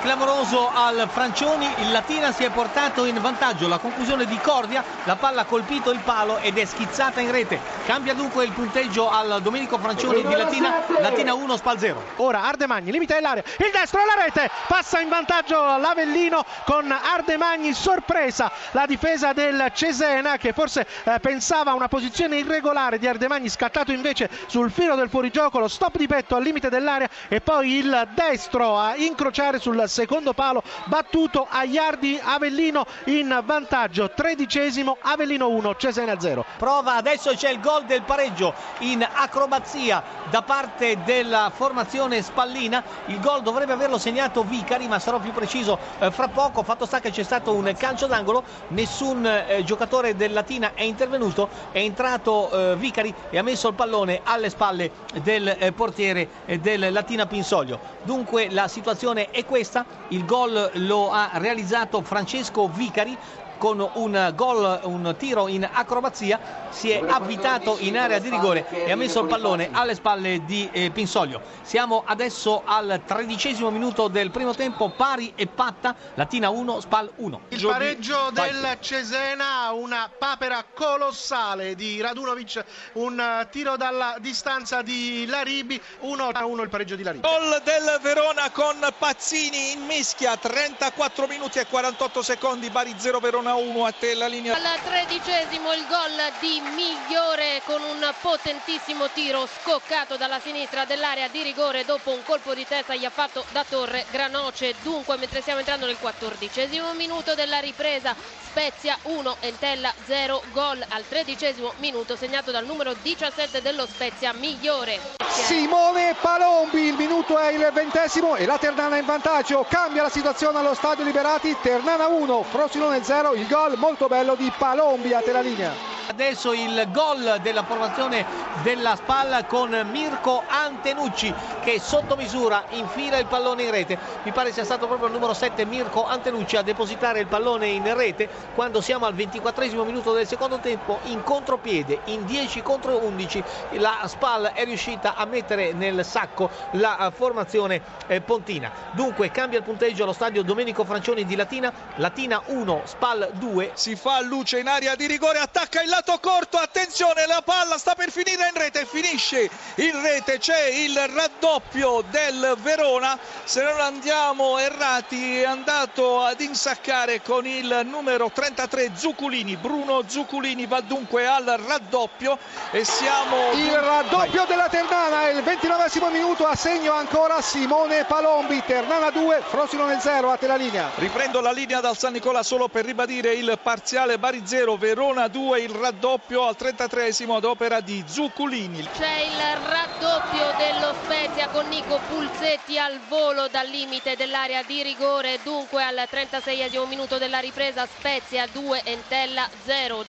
clamoroso al Francioni, il Latina si è portato in vantaggio, la conclusione di Cordia, la palla ha colpito il palo ed è schizzata in rete. Cambia dunque il punteggio al Domenico Francioni di Latina, Latina 1, Spal 0. Ora Ardemagni, limite dell'area, il destro alla rete, passa in vantaggio l'Avellino con Ardemagni, sorpresa la difesa del Cesena che forse pensava a una posizione irregolare di Ardemagni, scattato invece sul filo del fuorigioco, lo stop di petto al limite dell'area e poi il destro a incrociare sul secondo palo, battuto a Iardi. Avellino in vantaggio, 13esimo, Avellino 1, Cesena 0. Prova adesso, c'è il gol del pareggio in acrobazia da parte della formazione spallina. Il gol dovrebbe averlo segnato Vicari, ma sarò più preciso fra poco. Fatto sta che c'è stato un calcio d'angolo, nessun giocatore del Latina è intervenuto, è entrato Vicari e ha messo il pallone alle spalle del portiere del Latina Pinsoglio. Dunque la situazione è questa, il gol lo ha realizzato Francesco Vicari con un tiro in acrobazia, si è avvitato in area di rigore e ha messo il pallone alle spalle di Pinsoglio. Siamo adesso al 13° minuto del primo tempo, pari e patta, Latina 1, Spal 1. Il pareggio del Cesena, una papera colossale di Radunovic, un tiro dalla distanza di Laribi, 1-1 il pareggio di Laribi. Gol del Verona con Pazzini in mischia, 34 minuti e 48 secondi, Bari 0, Verona 1, a te la linea. Al 13° il gol di Migliore con un potentissimo tiro scoccato dalla sinistra dell'area di rigore dopo un colpo di testa gli ha fatto da torre Granoce. Dunque mentre stiamo entrando nel 14° minuto della ripresa, Spezia 1, Entella 0, gol al 13° minuto segnato dal numero 17 dello Spezia, Migliore. Simone Palombi, il minuto è il 20° e la Ternana in vantaggio, cambia la situazione allo Stadio Liberati, Ternana 1, Frosinone 0, il gol molto bello di Palombi, a te la linea. Adesso il gol della formazione della Spalla con Mirko Antenucci che sotto misura infila il pallone in rete. Mi pare sia stato proprio il numero 7 Mirko Antenucci a depositare il pallone in rete quando siamo al 24° minuto del secondo tempo. In contropiede, in 10 contro 11, la Spal è riuscita a mettere nel sacco la formazione pontina. Dunque cambia il punteggio allo stadio Domenico Francioni di Latina, Latina 1, Spal 2. Si fa luce in area di rigore, attacca il lato corto, attenzione, la palla sta per finire in rete, finisce in rete, c'è il raddoppio del Verona. Se non andiamo errati è andato ad insaccare con il numero 33 Zuculini, Bruno Zuculini va dunque al raddoppio e siamo... Il raddoppio della Ternana, il 29° minuto, a segno ancora Simone Palombi, Ternana 2, Frosinone 0, a te la linea. Riprendo la linea dal San Nicola solo per ribadire il parziale, Bari 0, Verona 2, il raddoppio al 33° ad opera di Zuculini. C'è il raddoppio dello Spezia con Nico Pulsetti al volo dal limite dell'area di rigore. Dunque al 36° minuto della ripresa, Spezia 2, Entella 0.